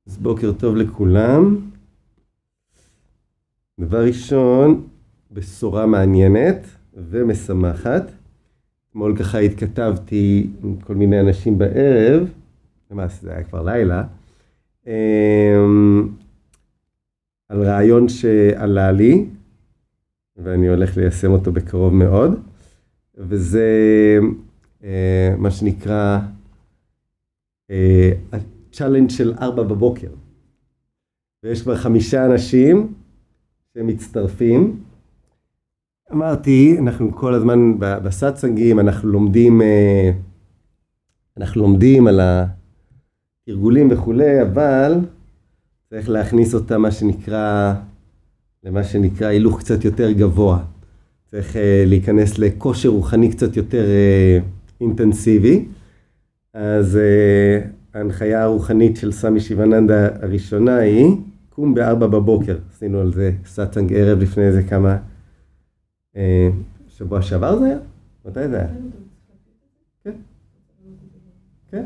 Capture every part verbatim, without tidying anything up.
אז בוקר טוב לכולם. דבר ראשון, בשורה מעניינת ומשמחת. אתמול ככה התכתבתי עם כל מיני אנשים בערב, למעשה זה היה כבר לילה, על רעיון שעלה לי, ואני הולך ליישם אותו בקרוב מאוד, וזה מה שנקרא צ'אלנג' של ארבע בבוקר. ויש כבר חמישה אנשים שמצטרפים. אמרתי, אנחנו כל הזמן בסאטסנגים, אנחנו לומדים, אנחנו לומדים על התרגולים וכולי, אבל צריך להכניס אותה מה שנקרא, למה שנקרא הילוך קצת יותר גבוה. צריך להיכנס לכושר רוחני קצת יותר אינטנסיבי. אז ההנחיה הרוחנית של סמי שיבננדה הראשונה היא, קום בארבע בבוקר. עשינו על זה סאטסנג ערב לפני איזה כמה, אה, שבוע שעבר זה היה? מתי זה היה? כן. כן.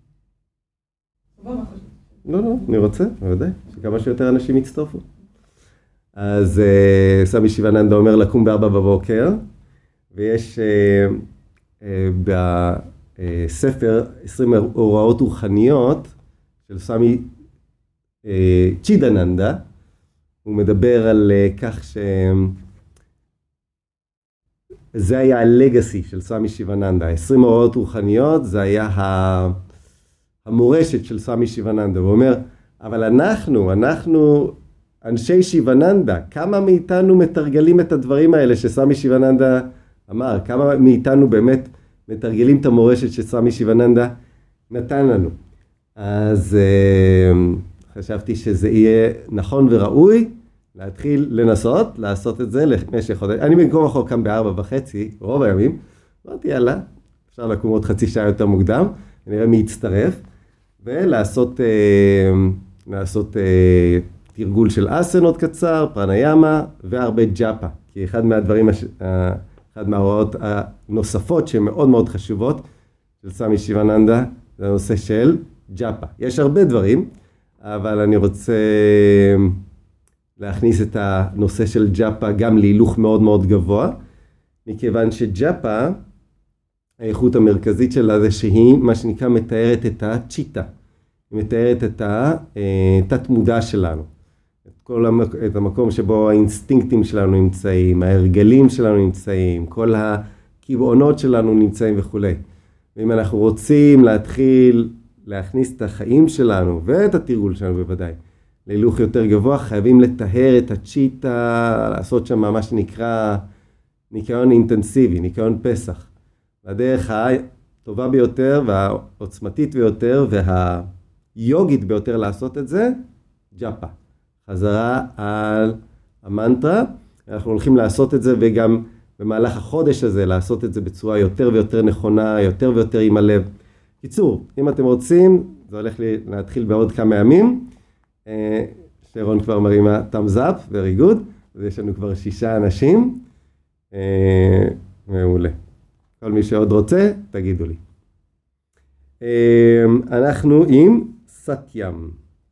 לא, לא, אני רוצה, בוודאי, שכמה שיותר אנשים יצטרפו. אז אה, סמי שיבננדה אומר לקום בארבע בבוקר, ויש אה, אה, ב... ספר עשרים הוראות רוחניות של סמי צ'ידננדה. הוא מדבר על כך שזה היה הלגאסי של סמי שיבננדה. עשרים הוראות רוחניות זה היה המורשת של סמי שיבננדה. הוא אומר, אבל אנחנו, אנחנו אנשי שיבננדה, כמה מאיתנו מתרגלים את הדברים האלה שסמי שיבננדה אמר? כמה מאיתנו באמת מתרגלים את המורשת שסמי שיבננדה נתן לנו? אז uh, חשבתי שזה יהיה נכון וראוי להתחיל לנסות, לעשות את זה למשך חודש. אני במקום החוק קם בארבע וחצי, רוב הימים. אמרתי, יאללה, אפשר לקום עוד חצי שעה יותר מוקדם, נראה מי יצטרף, ולעשות uh, לעשות, uh, תרגול של אסנות קצר, פרניאמה, והרבה ג'אפה. כי אחד מהדברים הש... Uh, אחד מההוראות הנוספות שהן מאוד מאוד חשובות של סמי שיבננדה, זה הנושא של ג'אפה. יש הרבה דברים, אבל אני רוצה להכניס את הנושא של ג'אפה גם להילוך מאוד מאוד גבוה, מכיוון שג'אפה, האיכות המרכזית שלה זה שהיא מה שנקרא מתארת את הצ'יטה, היא מתארת את התת מודע שלנו. כל המק... את המקום שבו האינסטינקטים שלנו נמצאים, ההרגלים שלנו נמצאים, כל הכיוועונות שלנו נמצאים וכו'. ואם אנחנו רוצים להתחיל להכניס את החיים שלנו ואת התרגול שלנו בוודאי להילוך יותר גבוה, חייבים לטהר את הצ'יטה, לעשות שם מה שנקרא ניקיון אינטנסיבי, ניקיון פסח. הדרך הטובה ביותר והעוצמתית ביותר והיוגית ביותר לעשות את זה, ג'אפה. חזרה על המנטרה. אנחנו הולכים לעשות את זה, וגם במהלך החודש הזה לעשות את זה בצורה יותר ויותר נכונה, יותר ויותר עם הלב. קיצור, אם אתם רוצים, זה הולך להתחיל בעוד כמה ימים. שרון כבר מרימה thumbs up, very good. ויש לנו כבר שישה אנשים. מעולה. כל מי שעוד רוצה, תגידו לי. אנחנו עם סטיאם.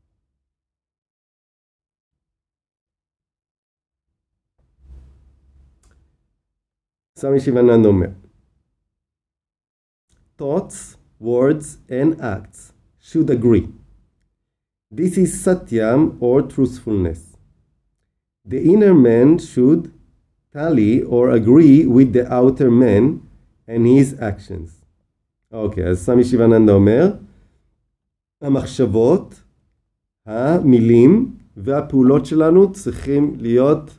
סמי שיבננדה אומר, thoughts, words and acts should agree. This is satyam or truthfulness. The inner man should tally or agree with the outer man and his actions. אוקיי, אז סמי שיבננדה אומר, המחשבות, המילים והפעולות שלנו צריכים להיות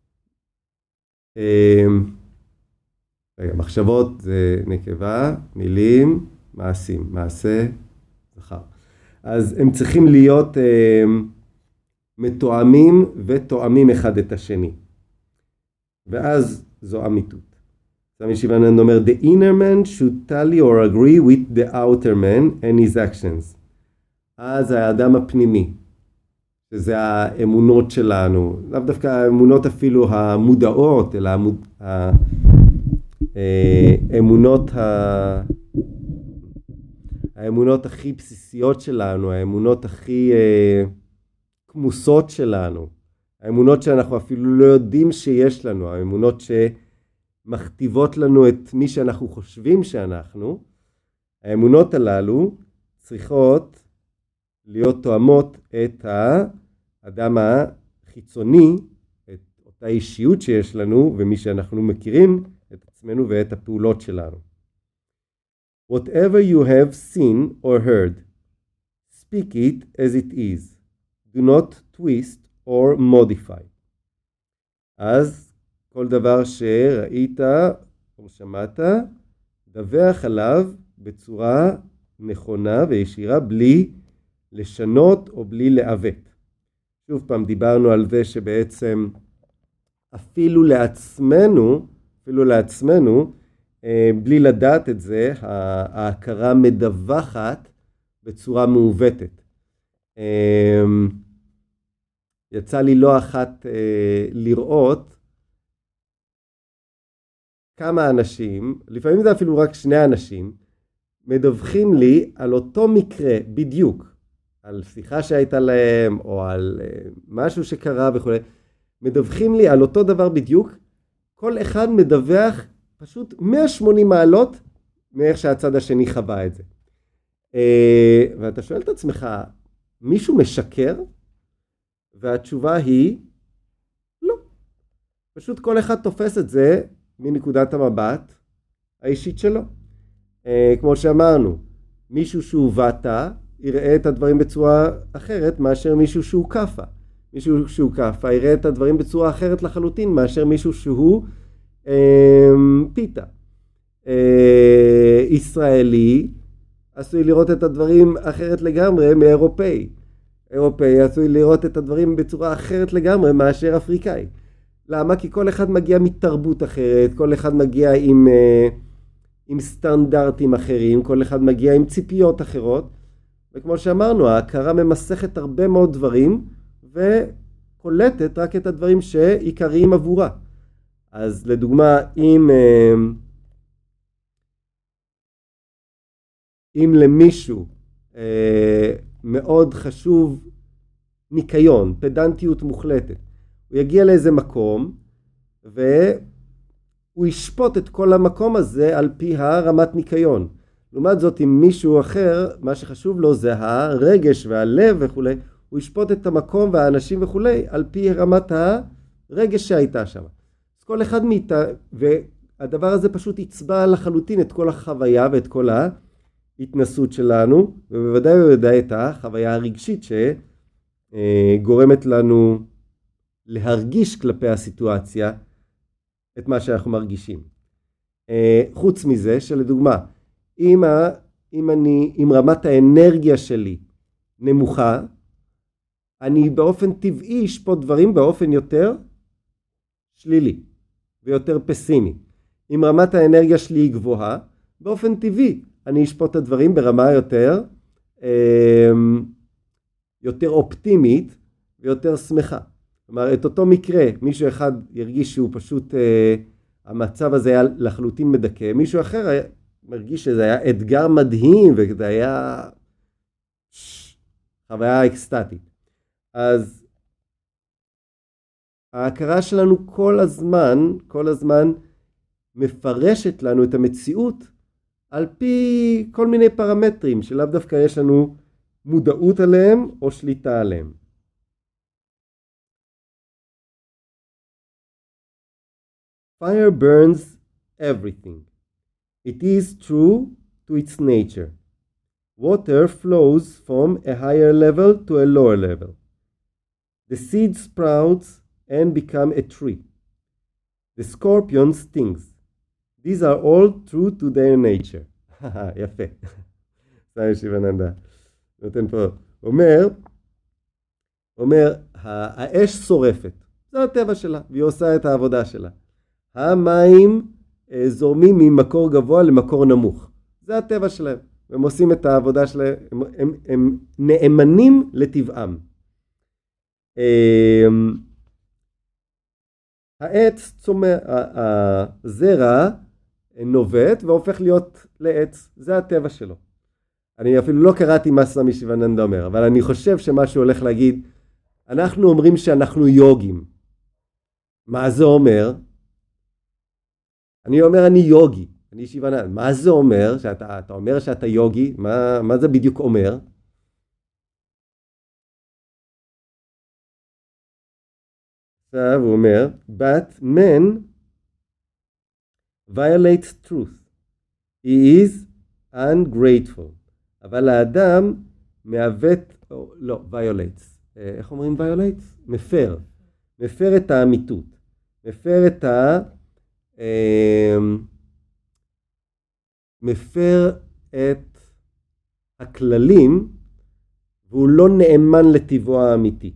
רגע, מחשבות זה נקבה, מילים, מעשים, מעשה, זכר. אז הם צריכים להיות אה, מתואמים ותואמים אחד את השני. ואז זו אמיתות. סמי שיבננדה אומר, the inner man should tally or agree with the outer man and his actions. אז האדם הפנימי, שזה האמונות שלנו, לאו דווקא האמונות אפילו המודעות, אלא המוד... אמונות, ה... האמונות הכי בסיסיות שלנו, האמונות הכי אה, כמוסות שלנו, האמונות שאנחנו אפילו לא יודעים שיש לנו, האמונות שמכתיבות לנו את מי שאנחנו חושבים שאנחנו, האמונות הללו צריכות להיות תואמות את האדם החיצוני, את אותה אישיות שיש לנו ומי שאנחנו מכירים את עצמנו ואת הפעולות שלנו. Whatever you have seen or heard, speak it as it is. Do not twist or modify. אז כל דבר שראית או שמעת, דווח עליו בצורה נכונה וישירה, בלי לשנות או בלי לעוות. שוב פעם דיברנו על זה שבעצם אפילו לעצמנו, אפילו לעצמנו, בלי לדעת את זה, ההכרה מדווחת בצורה מעוותת. יצא לי לא אחת לראות כמה אנשים, לפעמים זה אפילו רק שני אנשים, מדווחים לי על אותו מקרה בדיוק, על שיחה שהייתה להם או על משהו שקרה וכו', מדווחים לי על אותו דבר בדיוק, כל אחד מדווח פשוט מאה ושמונים מעלות מאיך שהצד השני חווה את זה. ואתה שואל את עצמך, מישהו משקר? והתשובה היא לא. פשוט כל אחד תופס את זה מנקודת המבט האישית שלו. כמו שאמרנו, מישהו שהוא וטה יראה את הדברים בצורה אחרת מאשר מישהו שהוא קפה. מישהו שהוא קפה יראה את הדברים בצורה אחרת לחלוטין מאשר מישהו שהוא פיתה. ישראלי עשוי לראות את הדברים אחרת לגמרי מאירופאי. אירופאי עשוי לראות את הדברים בצורה אחרת לגמרי מאשר אפריקאי. למה? כי כל אחד מגיע מתרבות אחרת, כל אחד מגיע עם, עם סטנדרטים אחרים, כל אחד מגיע עם ציפיות אחרות. וכמו שאמרנו, ההכרה ממסכת הרבה מאוד דברים וקולטת רק את הדברים שעיקריים עבורה. אז לדוגמה, אם, אם למישהו מאוד חשוב ניקיון, פדנטיות מוחלטת, הוא יגיע לאיזה מקום והוא ישפוט את כל המקום הזה על פי הרמת ניקיון. לעומת זאת, אם מישהו אחר, מה שחשוב לו זה הרגש והלב וכו', הוא ישפוט את המקום והאנשים וכו' על פי רמת הרגש שהייתה שם. אז כל אחד מאיתה, והדבר הזה פשוט יצבע לחלוטין את כל החוויה ואת כל ההתנסות שלנו, ובוודאי ובוודאי את החוויה הרגשית שגורמת לנו להרגיש כלפי הסיטואציה את מה שאנחנו מרגישים. חוץ מזה, שלדוגמה, אם, ה, אם, אני, אם רמת האנרגיה שלי נמוכה, אני באופן טבעי אשפוט דברים באופן יותר שלילי ויותר פסימי. אם רמת האנרגיה שלי היא גבוהה, באופן טבעי אני אשפוט את הדברים ברמה יותר, יותר אופטימית ויותר שמחה. כלומר, את אותו מקרה, מישהו אחד ירגיש שהוא פשוט, המצב הזה היה לחלוטין מדכא, מישהו אחר היה, מרגיש שזה היה אתגר מדהים וזה היה חוויה אקסטטית. אז ההכרה שלנו כל הזמן, כל הזמן מפרשת לנו את המציאות על פי כל מיני פרמטרים שלאו דווקא יש לנו מודעות עליהם או שליטה עליהם. Fire burns everything. It is true to its nature. Water flows from a higher level to a lower level. The seed sprouts and become a tree. The scorpion stings. These are all true to their nature. יפה. סמי שיבננדה. נותן פה. אומר, אומר, האש שורפת. זה הטבע שלה, והיא עושה את העבודה שלה. המים זורמים ממקור גבוה למקור נמוך. זה הטבע שלהם. הם עושים את העבודה שלהם, הם, הם, הם נאמנים לטבעם. העץ צומח, הזרע נובט והופך להיות לעץ. זה הטבע שלו. אני אפילו לא קראתי מה סמי שיבננדה אומר, אבל אני חושב שמה שהוא הולך להגיד, אנחנו אומרים שאנחנו יוגים. מה זה אומר? אני אומר אני יוגי, אני שיבננדה. מה זה אומר? שאתה, אתה אומר שאתה יוגי? מה, מה זה בדיוק אומר? עכשיו הוא אומר, but man violates truth. He is ungrateful. אבל האדם מעוות, או, לא, violates. איך אומרים violates? מפר. מפר את האמיתות. מפר את ה... מפר את הכללים, והוא לא נאמן לטבעו האמיתי.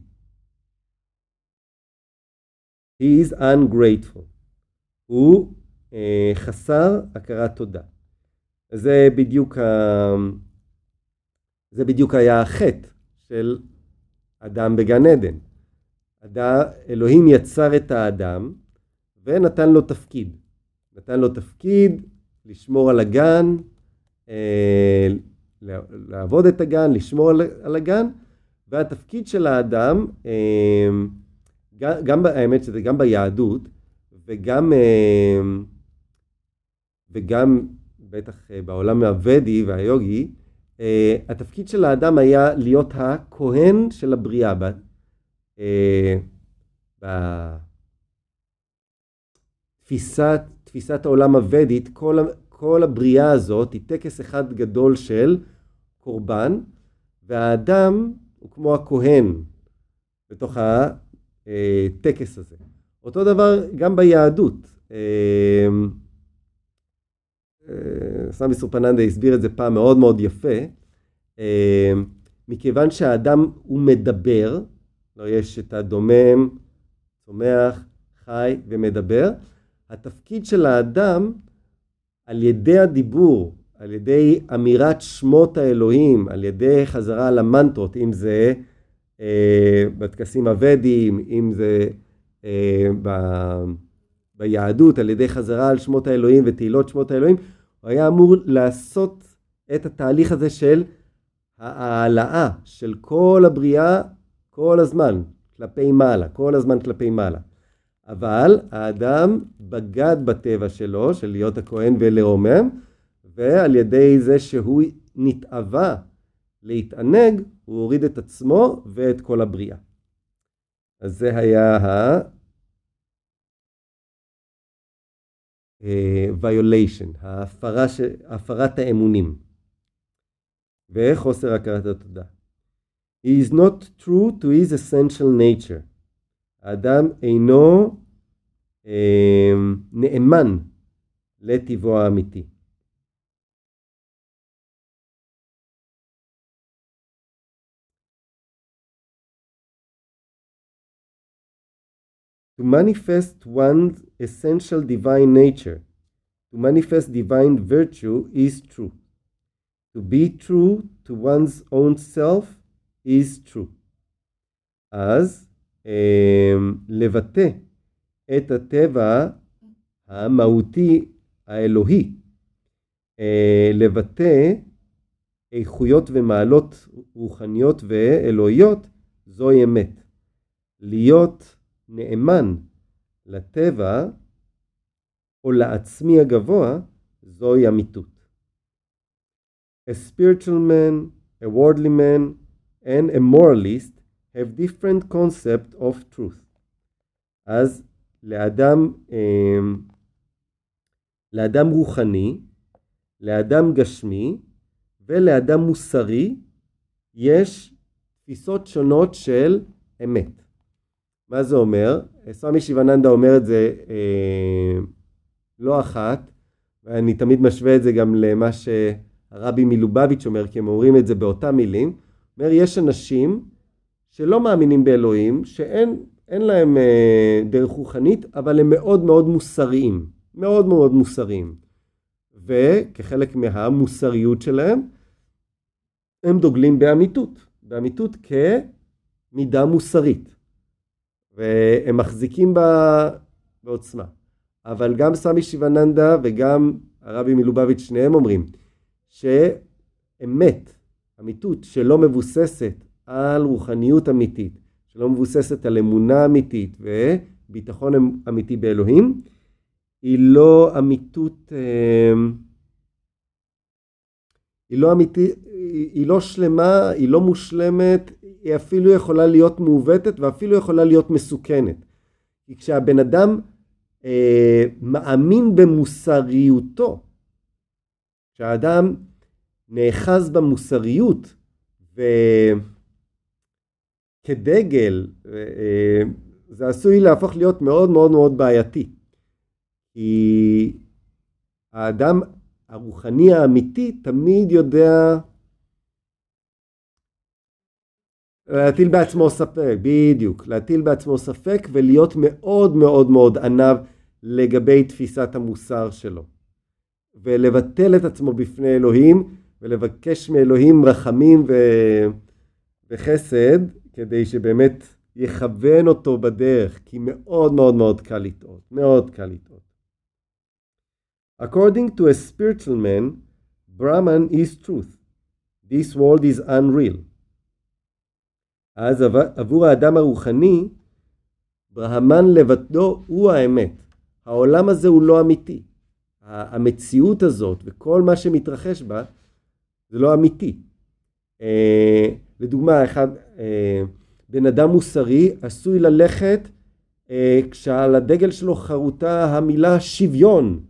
He is ungrateful. הוא אה, חסר הכרת תודה. זה בדיוק, ה... זה בדיוק היה החטא של אדם בגן עדן. אדם, אלוהים יצר את האדם ונתן לו תפקיד. נתן לו תפקיד לשמור על הגן, אה, לעבוד את הגן, לשמור על, על הגן, והתפקיד של האדם, אה, גם, גם, האמת שזה גם ביהדות, וגם, אה, וגם בטח בעולם הוודי והיוגי, uh, התפקיד של האדם היה להיות הכהן של הבריאה. ב, uh, בתפיסת, תפיסת העולם הוודית, כל, כל הבריאה הזאת היא טקס אחד גדול של קורבן, והאדם הוא כמו הכהן בתוך הטקס הזה. אותו דבר גם ביהדות. Uh, סמי סופננדה הסביר את זה פעם מאוד מאוד יפה, מכיוון שהאדם הוא מדבר, לא יש את הדומם, צומח, חי ומדבר, התפקיד של האדם על ידי הדיבור, על ידי אמירת שמות האלוהים, על ידי חזרה על המנטרות, אם זה אה, בטקסים הוודיים, אם זה אה, ב... ביהדות, על ידי חזרה על שמות האלוהים ותהילות שמות האלוהים, הוא היה אמור לעשות את התהליך הזה של העלאה של כל הבריאה כל הזמן, כלפי מעלה, כל הזמן כלפי מעלה. אבל האדם בגד בטבע שלו, של להיות הכהן ולרומם, ועל ידי זה שהוא נתאווה להתענג, הוא הוריד את עצמו ואת כל הבריאה. אז זה היה ה... violation, ההפרה ש... הפרת האמונים וחוסר הכרת התודה. He is not true to his essential nature. האדם אינו אה, נאמן לטבעו האמיתי. To manifest one's essential divine nature, to manifest divine virtue is true. To be true to one's own self is true. אז לבטא את הטבע המהותי האלוהי, לבטא איכויות ומעלות רוחניות ואלוהיות, זוהי אמת. להיות נאמן לטבע או לעצמי הגבוה, זוהי אמיתות. A spiritual man, a worldly man, and a moralist have different concept of truth. אז לאדם, לאדם רוחני, לאדם גשמי ולאדם מוסרי יש תפיסות שונות של אמת. מה זה אומר? סמי שיבננדה אומר את זה אה, לא אחת, ואני תמיד משווה את זה גם למה שהרבי מלובביץ' אומר, כי הם אומרים את זה באותה מילים. אומר, יש אנשים שלא מאמינים באלוהים, שאין אין להם אה, דרך רוחנית, אבל הם מאוד מאוד מוסריים, מאוד מאוד מוסריים. וכחלק מהמוסריות שלהם, הם דוגלים באמיתות, באמיתות כמידה מוסרית. והם מחזיקים בה בעוצמה. אבל גם סמי שיבננדה וגם הרבי מלובביץ' שניהם אומרים אמת, אמיתות שלא מבוססת על רוחניות אמיתית, שלא מבוססת על אמונה אמיתית וביטחון אמיתי באלוהים, היא לא אמיתות, היא לא אמיתית, היא לא שלמה, היא לא מושלמת, היא אפילו יכולה להיות מעוותת ואפילו יכולה להיות מסוכנת. כי כשהבן אדם אה, מאמין במוסריותו, כשהאדם נאחז במוסריות וכדגל, אה, זה עשוי להפוך להיות מאוד מאוד מאוד בעייתי. כי האדם הרוחני האמיתי תמיד יודע להטיל בעצמו ספק, בדיוק, להטיל בעצמו ספק ולהיות מאוד מאוד מאוד ענב לגבי תפיסת המוסר שלו. ולבטל את עצמו בפני אלוהים ולבקש מאלוהים רחמים ו... וחסד כדי שבאמת יכוון אותו בדרך, כי מאוד מאוד מאוד קל לטעות, מאוד קל לטעות. According to a spiritual man, Brahman is truth. This world is unreal. אז עבור האדם הרוחני, ברהמן לבדו הוא האמת. העולם הזה הוא לא אמיתי. המציאות הזאת וכל מה שמתרחש בה, זה לא אמיתי. אה, לדוגמה, אחד, אה, בן אדם מוסרי עשוי ללכת אה, כשעל הדגל שלו חרוטה המילה שוויון.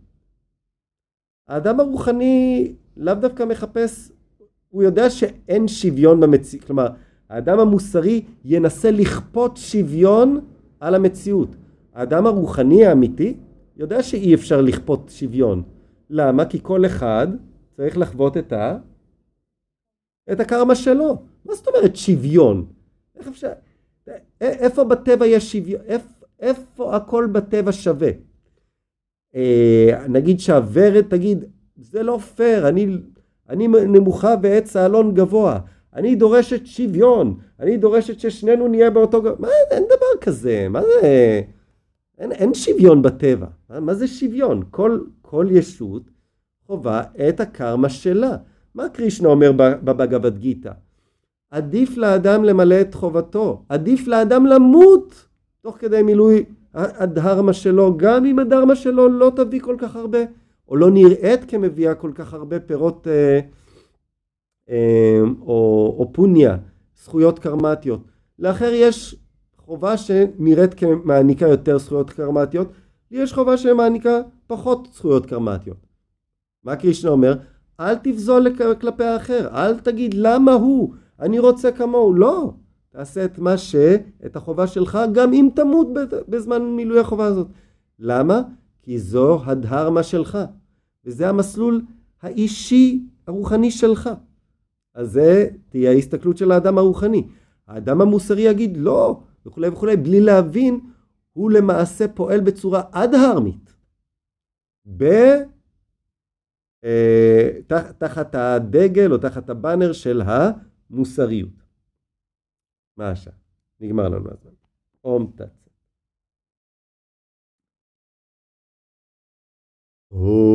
האדם הרוחני לאו דווקא מחפש, הוא יודע שאין שוויון במציאות, כלומר, האדם המוסרי ינסה לכפות שוויון על המציאות. האדם הרוחני האמיתי יודע שאי אפשר לכפות שוויון. למה? כי כל אחד צריך לחוות את ה... את הקרמה שלו. מה זאת אומרת שוויון? איך אפשר... איפה בטבע יש שוויון? איפה, איפה הכל בטבע שווה? אה, נגיד שהוורד תגיד, זה לא פייר, אני, אני נמוכה ועץ האלון גבוה. אני דורשת שוויון, אני דורשת ששנינו נהיה באותו גבוה. מה, אין דבר כזה, מה זה... אין, אין שוויון בטבע. מה, מה זה שוויון? כל, כל ישות חובה את הקרמה שלה. מה קרישנה אומר בבגבד גיטה? עדיף לאדם למלא את חובתו, עדיף לאדם למות תוך כדי מילוי הדהרמה שלו, גם אם הדהרמה שלו לא תביא כל כך הרבה, או לא נראית כמביאה כל כך הרבה פירות אה, אה, או, או פוניה, זכויות קרמטיות. לאחר יש חובה שנראית כמעניקה יותר זכויות קרמטיות, יש חובה שמעניקה פחות זכויות קרמטיות. מה קרישנה אומר? אל תבזול כלפי האחר, אל תגיד למה הוא, אני רוצה כמוהו, לא. תעשה את מה ש... את החובה שלך, גם אם תמות בזמן מילוי החובה הזאת. למה? כי זו הדהרמה שלך, וזה המסלול האישי הרוחני שלך. אז זה תהיה ההסתכלות של האדם הרוחני. האדם המוסרי יגיד לא, וכו' וכו', בלי להבין, הוא למעשה פועל בצורה אדהרמית. ב... תחת הדגל או תחת הבאנר של המוסריות. מה השעה? נגמר לנו הזמן. אום תצא.